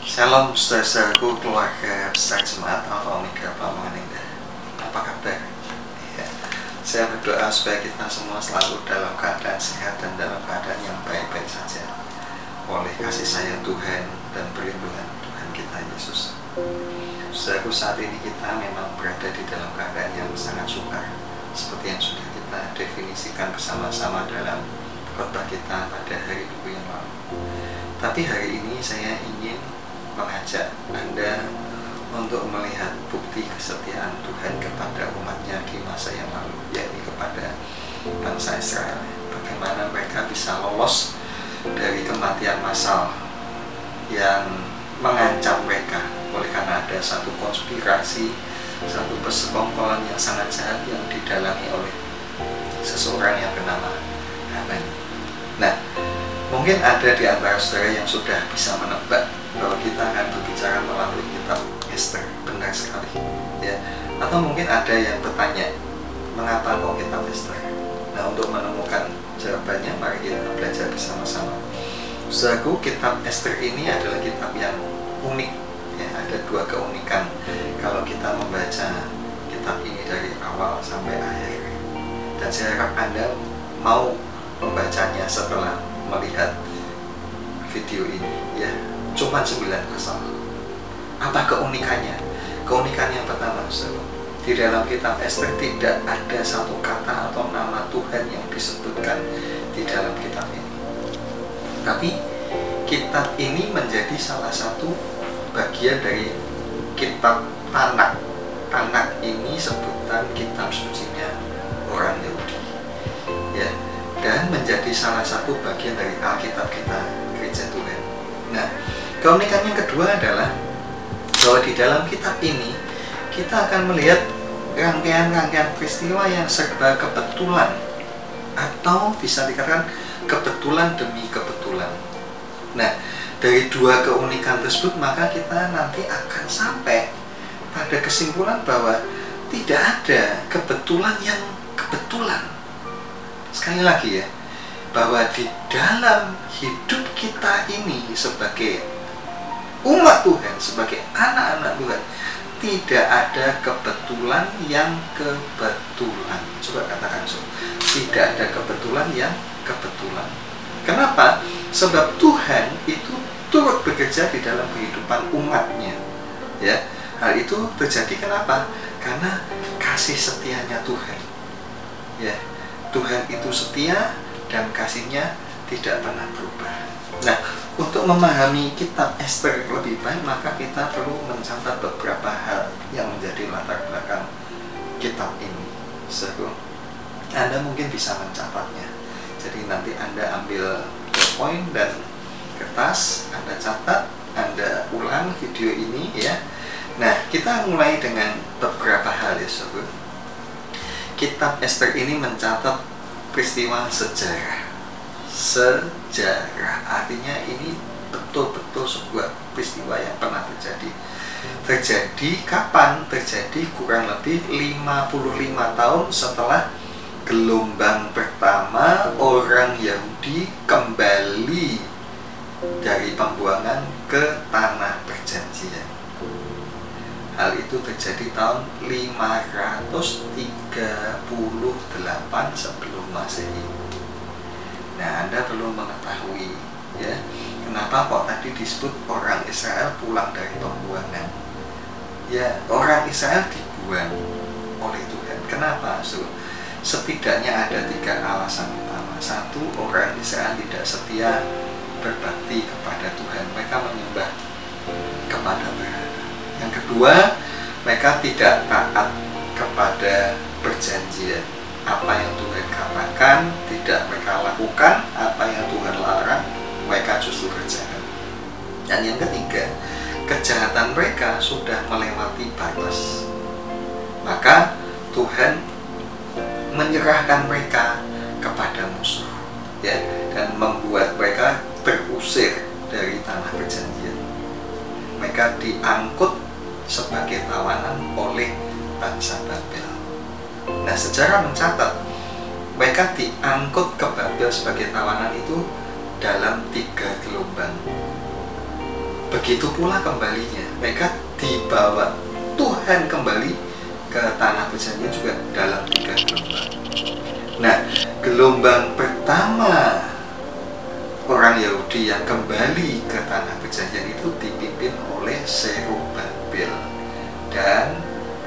Shalom saudara-saudaraku, keluarga besar Jemaat Alpha Omega Pamangan Indah. Apa kabar? Ya, saya berdoa supaya kita semua selalu dalam keadaan sehat dan dalam keadaan yang baik-baik saja oleh kasih sayang Tuhan dan perlindungan Tuhan kita Yesus. Saudaraku, saat ini kita memang berada di dalam keadaan yang sangat sukar, seperti yang sudah kita definisikan bersama-sama dalam khotbah kita pada hari Minggu yang lalu. Tapi hari ini saya ingin mengajak Anda untuk melihat bukti kesetiaan Tuhan kepada umatnya di masa yang lalu, yakni kepada bangsa Israel. Bagaimana mereka bisa lolos dari kematian massal yang mengancam mereka oleh karena ada satu konspirasi, satu persekongkolan yang sangat jahat yang didalangi oleh seseorang yang bernama Haman. Nah, mungkin ada di antara saudara yang sudah bisa menebak bahwa kita akan berbicara melalui kitab Ester. Benar sekali, ya. Atau mungkin ada yang bertanya, mengapa kok kitab Ester? Nah, untuk menemukan jawabannya, mari kita belajar bersama-sama. Saudaraku, kitab Ester ini adalah kitab yang unik, ya. Ada dua keunikan kalau kita membaca kitab ini dari awal sampai akhir. Dan saya harap Anda mau membacanya setelah melihat video ini, ya. Cuma 9 pasal. Apa keunikannya? Keunikan yang pertama, saudara, di dalam kitab Ester tidak ada satu kata atau nama Tuhan yang disebutkan di dalam kitab ini. Tapi kitab ini menjadi salah satu bagian dari kitab Tanakh. Tanakh ini sebutan kitab sucinya orang Yahudi, ya, dan menjadi salah satu bagian dari Alkitab kita, Gereja Tuhan. Nah, keunikan yang kedua adalah bahwa di dalam kitab ini kita akan melihat rangkaian-rangkaian peristiwa yang serba kebetulan, atau bisa dikatakan kebetulan demi kebetulan. Nah, dari dua keunikan tersebut maka kita nanti akan sampai pada kesimpulan bahwa tidak ada kebetulan yang kebetulan. Sekali lagi, ya, bahwa di dalam hidup kita ini sebagai umat Tuhan, sebagai anak-anak Tuhan, tidak ada kebetulan yang kebetulan. Coba katakan, so, tidak ada kebetulan yang kebetulan. Kenapa? Sebab Tuhan itu turut bekerja di dalam kehidupan umatnya, ya. Hal itu terjadi kenapa? Karena kasih setianya Tuhan, ya. Tuhan itu setia dan kasihnya tidak pernah berubah. Nah, untuk memahami kitab Ester lebih baik, maka kita perlu mencatat beberapa hal yang menjadi latar belakang kitab ini. So, Anda mungkin bisa mencatatnya. Jadi nanti Anda ambil poin dan kertas, Anda catat, Anda ulang video ini, ya. Nah, kita mulai dengan beberapa hal, ya, saudara. Kitab Ester ini mencatat peristiwa sejarah. Sejarah artinya ini betul-betul sebuah peristiwa yang pernah terjadi. Terjadi kapan? Terjadi kurang lebih 55 tahun setelah gelombang pertama orang Yahudi kembali dari pembuangan ke tanah perjanjian. Hal itu terjadi tahun 538 sebelum Masehi. Nah, Anda perlu mengetahui, ya, kenapa kok tadi disebut orang Israel pulang dari pembuangan. Ya, orang Israel dibuang oleh Tuhan. Kenapa? So, setidaknya ada 3 alasan utama. Satu, orang Israel tidak setia berbakti kepada Tuhan. Mereka menyembah kepada berhala. Yang kedua, mereka tidak taat kepada perjanjian. Apa yang Tuhan katakan tidak mereka lakukan, apa yang Tuhan larang mereka justru kerjakan. Dan yang ketiga, kejahatan mereka sudah melewati batas. Maka Tuhan menyerahkan mereka kepada musuh, ya, dan membuat mereka terusir dari tanah perjanjian. Mereka diangkut sebagai tawanan oleh bangsa Babel. Nah, sejarah mencatat mereka diangkut ke Babel sebagai tawanan itu dalam 3 gelombang. begitu pula kembalinya. Mereka dibawa Tuhan kembali ke tanah perjanjian juga dalam 3 gelombang. Nah, gelombang pertama orang Yahudi yang kembali ke tanah perjanjian itu dipimpin oleh Zerubabel dan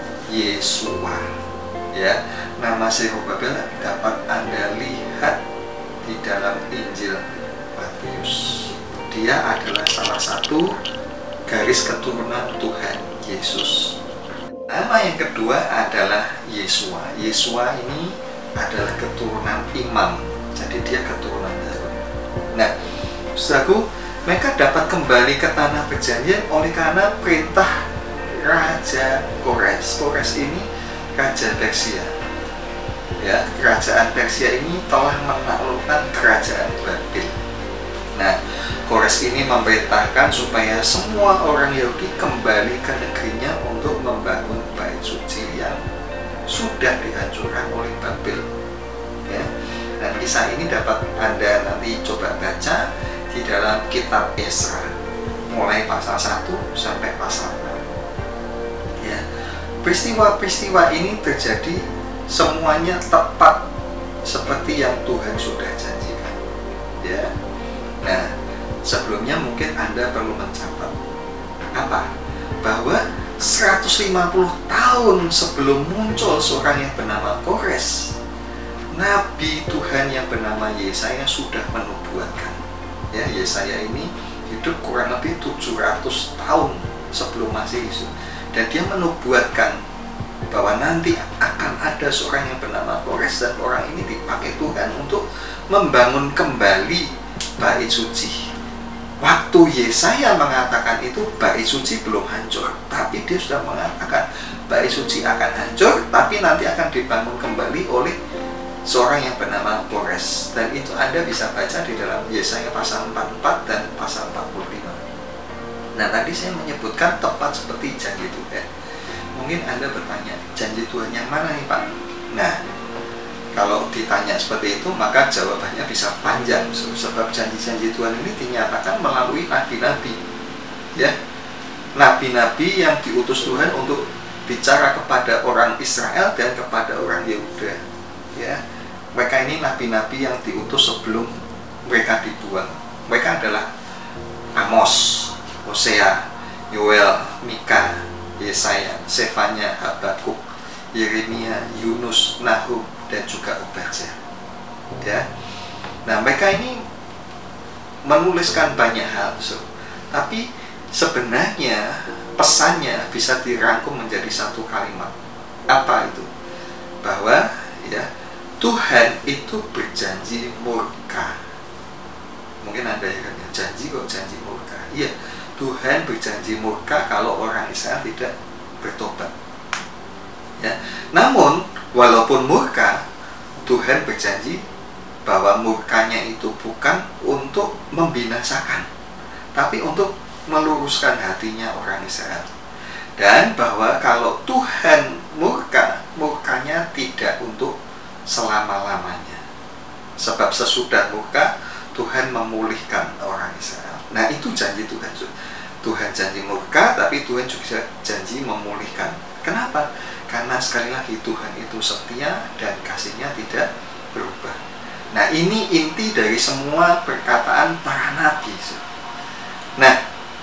Yesua. Ya, nama Zerubabel dapat Anda lihat di dalam Injil Matius. Dia adalah salah satu garis keturunan Tuhan Yesus. Nama yang kedua adalah Yesua. Yesua ini adalah keturunan Imam, jadi dia keturunan Harun. Nah, saudaraku, mereka dapat kembali ke tanah perjanjian oleh karena perintah Raja Kores. Kores ini Raja Persia. Ya, kerajaan Persia ini telah menaklukkan kerajaan Babel. Nah, Kores ini memerintahkan supaya semua orang Yahudi kembali ke negerinya untuk membangun bait suci yang sudah dihancurkan oleh Babel. Ya. Dan kisah ini dapat Anda nanti coba baca di dalam kitab Esra, mulai pasal 1 sampai pasal 6. Ya. Peristiwa-peristiwa ini terjadi semuanya tepat seperti yang Tuhan sudah janjikan. Ya. Nah, sebelumnya mungkin Anda perlu mencatat apa? Bahwa 150 tahun sebelum muncul seorang yang bernama Kores, Nabi Tuhan yang bernama Yesaya sudah menubuatkan. Ya, Yesaya ini hidup kurang lebih 700 tahun sebelum Masehi, dan dia menubuatkan bahwa nanti akan ada seorang yang bernama Kores, dan orang ini dipakai Tuhan untuk membangun kembali bait suci. Waktu Yesaya mengatakan itu, bait suci belum hancur, tapi dia sudah mengatakan bait suci akan hancur, tapi nanti akan dibangun kembali oleh seorang yang bernama Kores. Dan itu Anda bisa baca di dalam Yesaya pasal 44 dan pasal 45. Nah, tadi saya menyebutkan tepat seperti janji Tuhan. Mungkin Anda bertanya, janji Tuhan yang mana nih Pak? Nah, kalau ditanya seperti itu, maka jawabannya bisa panjang. Sebab janji-janji Tuhan ini dinyatakan melalui nabi-nabi. Ya, nabi-nabi yang diutus Tuhan untuk bicara kepada orang Israel dan kepada orang Yehuda. Ya, mereka ini nabi-nabi yang diutus sebelum mereka dibuang. Mereka adalah Amos, Hosea, Yoel, Mika, Yesaya, Sefanya, Habakuk, Yeremia, Yunus, Nahum, dan juga Obadya. Ya, nah mereka ini menuliskan banyak hal, tapi sebenarnya pesannya bisa dirangkum menjadi satu kalimat. Apa itu? Bahwa ya, Tuhan itu berjanji murka. Mungkin Anda yang janji kok janji murka. Iya, Tuhan berjanji murka kalau orang Israel tidak bertobat. Ya, namun walaupun murka, Tuhan berjanji bahwa murkanya itu bukan untuk membinasakan, tapi untuk meluruskan hatinya orang Israel. Dan bahwa kalau Tuhan murka, murkanya tidak untuk selama-lamanya. Sebab sesudah murka, Tuhan memulihkan orang Israel. Nah, itu janji Tuhan. Tuhan janji murka, tapi Tuhan juga janji memulihkan. Kenapa? Karena sekali lagi Tuhan itu setia dan kasihnya tidak berubah. Nah, ini inti dari semua perkataan para nabi. Nah,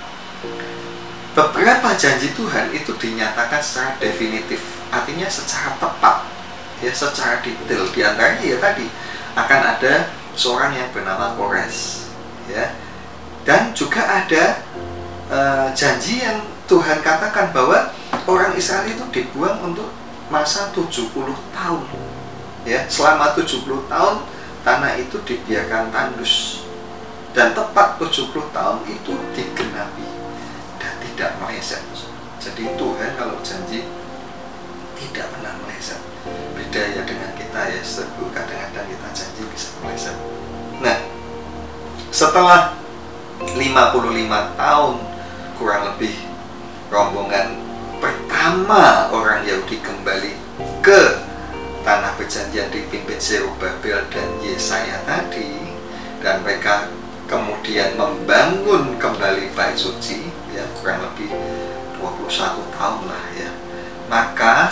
beberapa janji Tuhan itu dinyatakan secara definitif, artinya secara tepat, ya, secara detail. Di antaranya ya tadi akan ada seorang yang bernama Kores, ya, dan juga ada janji yang Tuhan katakan bahwa orang Israel itu dibuang untuk masa 70 tahun. Ya, selama 70 tahun tanah itu dibiarkan tandus. Dan tepat 70 tahun itu digenapi dan tidak meleset. Jadi Tuhan kalau janji tidak pernah meleset. Beda ya dengan kita, ya, kadang-kadang kita janji bisa meleset. Nah, setelah 55 tahun kurang lebih, rombongan pertama orang Yahudi kembali ke tanah perjanjian dipimpin Zerubabel dan Yesaya tadi, dan mereka kemudian membangun kembali bait suci.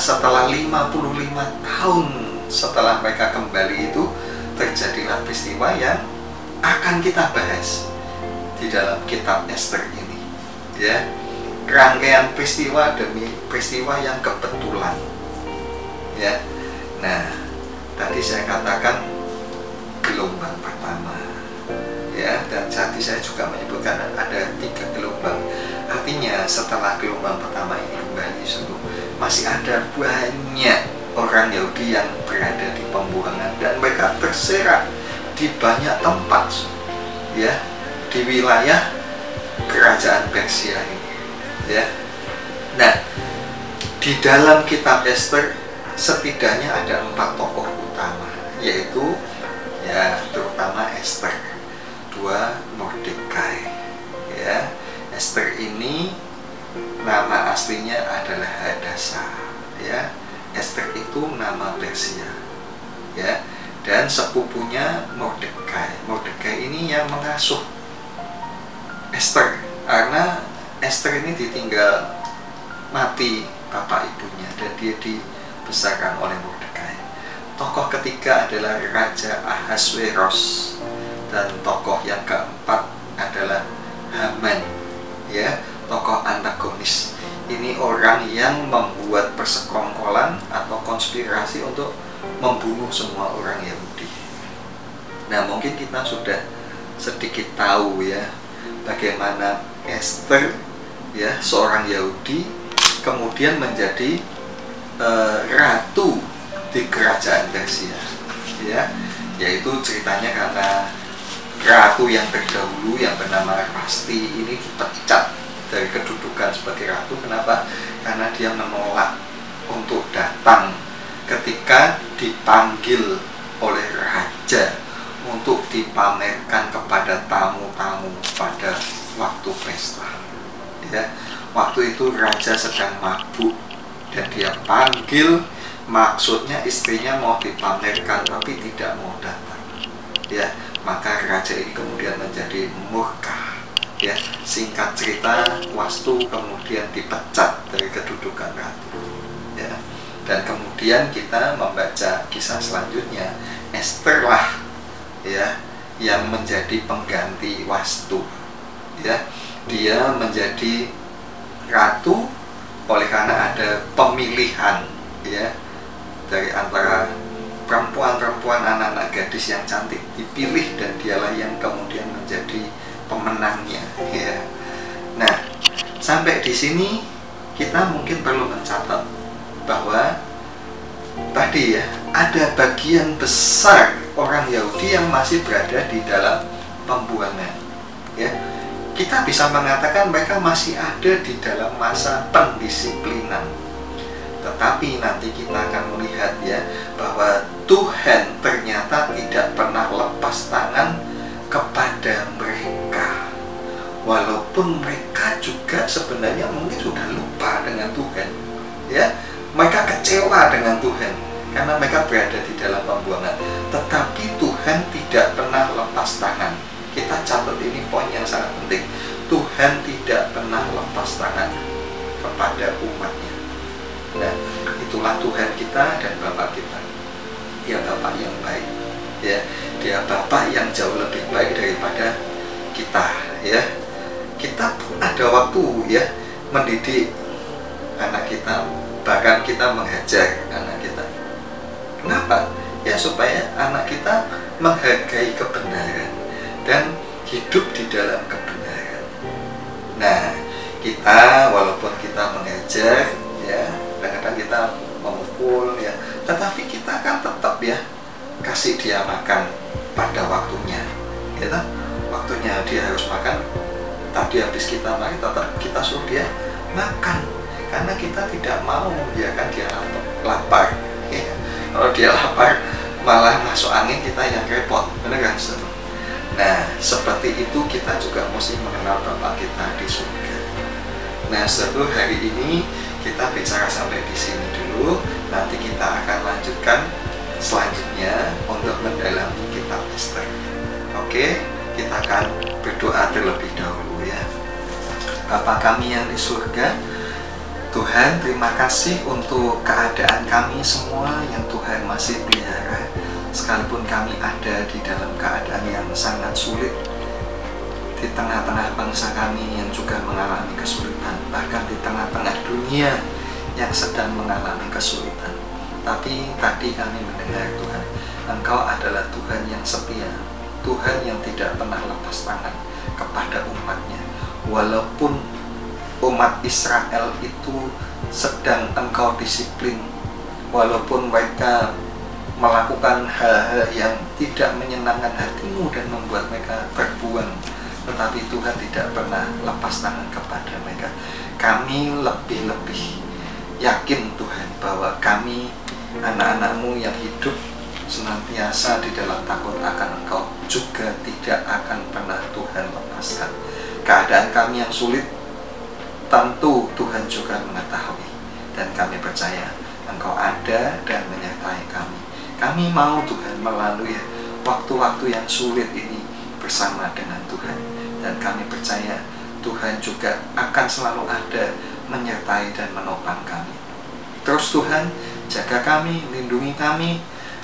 setelah 55 tahun setelah mereka kembali itu terjadilah peristiwa yang akan kita bahas di dalam kitab Ester ini, ya. Rangkaian peristiwa demi peristiwa yang kebetulan, ya. Nah, tadi saya katakan gelombang pertama, ya, dan tadi saya juga menyebutkan ada 3 gelombang. Artinya setelah gelombang pertama ini kembali, masih ada banyak orang Yahudi yang berada di pembuangan dan mereka terserak di banyak tempat, ya, di wilayah kerajaan Persia ini, ya. Nah, di dalam kitab Ester setidaknya ada 4 tokoh utama, yaitu ya terutama Ester, 2 Mordekai, ya. Ester ini nama aslinya adalah Hadasa, ya. Ester itu nama Persia, ya, dan sepupunya Mordekai. Mordekai ini yang mengasuh Ester, karena Ester ini ditinggal mati bapak ibunya dan dia dibesarkan oleh Mordekai. Tokoh ketiga adalah Raja Ahasveros, dan tokoh yang keempat adalah Haman, ya, tokoh antagonis. Ini orang yang membuat persekongkolan atau konspirasi untuk membunuh semua orang Yahudi. Nah, mungkin kita sudah sedikit tahu, ya, bagaimana Ester, ya, seorang Yahudi kemudian menjadi ratu di kerajaan Persia, ya, yaitu ceritanya karena ratu yang terdahulu yang bernama Vashti ini dipecat dari kedudukan sebagai ratu. Kenapa? Karena dia menolak untuk datang ketika dipanggil oleh raja untuk dipamerkan kepada tamu-tamu pada waktu pesta, ya. Waktu itu raja sedang mabuk dan dia panggil, maksudnya istrinya mau dipamerkan tapi tidak mau datang, ya. Maka raja ini kemudian menjadi murka, ya. Singkat cerita, Wastu kemudian dipecat dari kedudukan ratu, ya. Dan kemudian kita membaca kisah selanjutnya, Ester lah, ya, yang menjadi pengganti Wastu, ya. Dia menjadi ratu oleh karena ada pemilihan, ya, dari antara perempuan-perempuan, anak-anak gadis yang cantik dipilih dan dialah yang kemudian menjadi pemenangnya, ya. Nah, sampai di sini kita mungkin perlu mencatat bahwa tadi, ya, ada bagian besar orang Yahudi yang masih berada di dalam pembuangan, ya. Kita bisa mengatakan mereka masih ada di dalam masa pendisiplinan. Tetapi nanti kita akan melihat, ya, bahwa Tuhan ternyata tidak pernah lepas tangan kepada mereka. Walaupun mereka juga sebenarnya mungkin sudah lupa dengan Tuhan, ya. Mereka kecewa dengan Tuhan karena mereka berada di dalam pembuangan. Tetapi Tuhan tidak pernah lepas tangan. Kita catat ini poin yang sangat penting. Tuhan tidak pernah lepas tangan kepada umatnya. Nah, itulah Tuhan kita dan Bapa kita. Dia Bapa yang baik, ya. Dia Bapa yang jauh lebih baik daripada kita, ya. Kita pun ada waktu, ya, mendidik anak kita, bahkan kita menghajar anak kita. Kenapa? Ya, supaya anak kita menghargai kebenaran dan hidup di dalam kebenaran. Nah, kita walaupun kita mengajar, ya, kadang-kadang kita memukul, ya, tetapi kita kan tetap, ya, kasih dia makan pada waktunya, ya. Waktunya dia harus makan, tadi habis kita makan tetap kita suruh dia makan, karena kita tidak mau membiarkan dia lapar, ya. Kalau dia lapar malah masuk angin, kita yang repot, benar kan, saudara? Nah, seperti itu kita juga mesti mengenal Bapa kita di surga. Nah, setelah hari ini kita bicara sampai di sini dulu. Nanti kita akan lanjutkan selanjutnya untuk mendalami kitab Ester. Oke, kita akan berdoa terlebih dahulu, ya. Bapa kami yang di surga, Tuhan, terima kasih untuk keadaan kami semua yang Tuhan masih pelihara. Sekalipun kami ada di dalam keadaan yang sangat sulit, di tengah-tengah bangsa kami yang juga mengalami kesulitan, bahkan di tengah-tengah dunia yang sedang mengalami kesulitan. Tapi tadi kami mendengar Tuhan, Engkau adalah Tuhan yang setia, Tuhan yang tidak pernah lepas tangan kepada umatnya. Walaupun umat Israel itu sedang Engkau disiplin, walaupun mereka melakukan hal-hal yang tidak menyenangkan hatimu dan membuat mereka terbuang, tetapi Tuhan tidak pernah lepas tangan kepada mereka. Kami lebih-lebih yakin Tuhan bahwa kami anak-anak-Mu yang hidup senantiasa di dalam takut akan Engkau juga tidak akan pernah Tuhan lepaskan. Keadaan kami yang sulit tentu Tuhan juga mengetahui, dan kami percaya Engkau ada dan menyertai kami. Kami mau Tuhan melalui waktu-waktu yang sulit ini bersama dengan Tuhan, dan kami percaya Tuhan juga akan selalu ada menyertai dan menopang kami. Terus Tuhan, jaga kami, lindungi kami,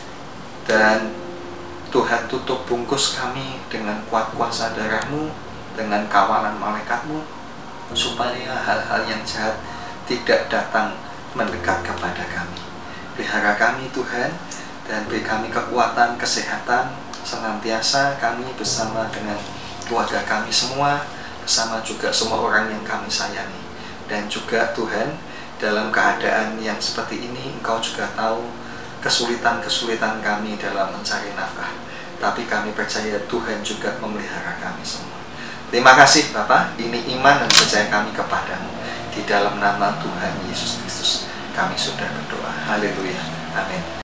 dan Tuhan tutup bungkus kami dengan kuat kuasa darah-Mu, dengan kawalan malaikat-Mu, supaya hal-hal yang jahat tidak datang mendekat kepada kami. Pelihara kami Tuhan, dan beri kami kekuatan, kesehatan, senantiasa kami bersama dengan keluarga kami semua, bersama juga semua orang yang kami sayangi. Dan juga Tuhan, dalam keadaan yang seperti ini, Engkau juga tahu kesulitan-kesulitan kami dalam mencari nafkah, tapi kami percaya Tuhan juga memelihara kami semua. Terima kasih Bapak, ini iman dan percaya kami kepadamu. Di dalam nama Tuhan Yesus Kristus kami sudah berdoa. Haleluya. Amin.